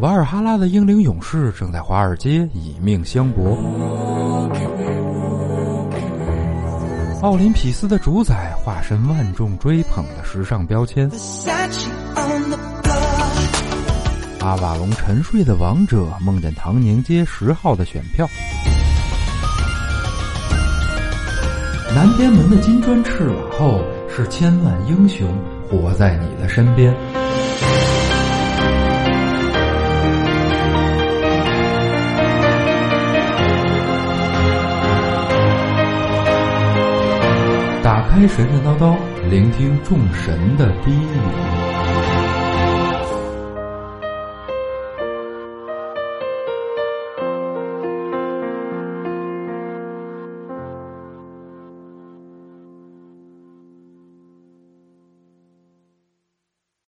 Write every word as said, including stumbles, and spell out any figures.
瓦尔哈拉的英灵勇士正在华尔街以命相搏。奥林匹斯的主宰化身万众追捧的时尚标签。阿瓦隆沉睡的王者梦见唐宁街十号的选票。南边门的金砖赤瓦后，是千万英雄活在你的身边。打开神神叨叨，聆听众神的低语。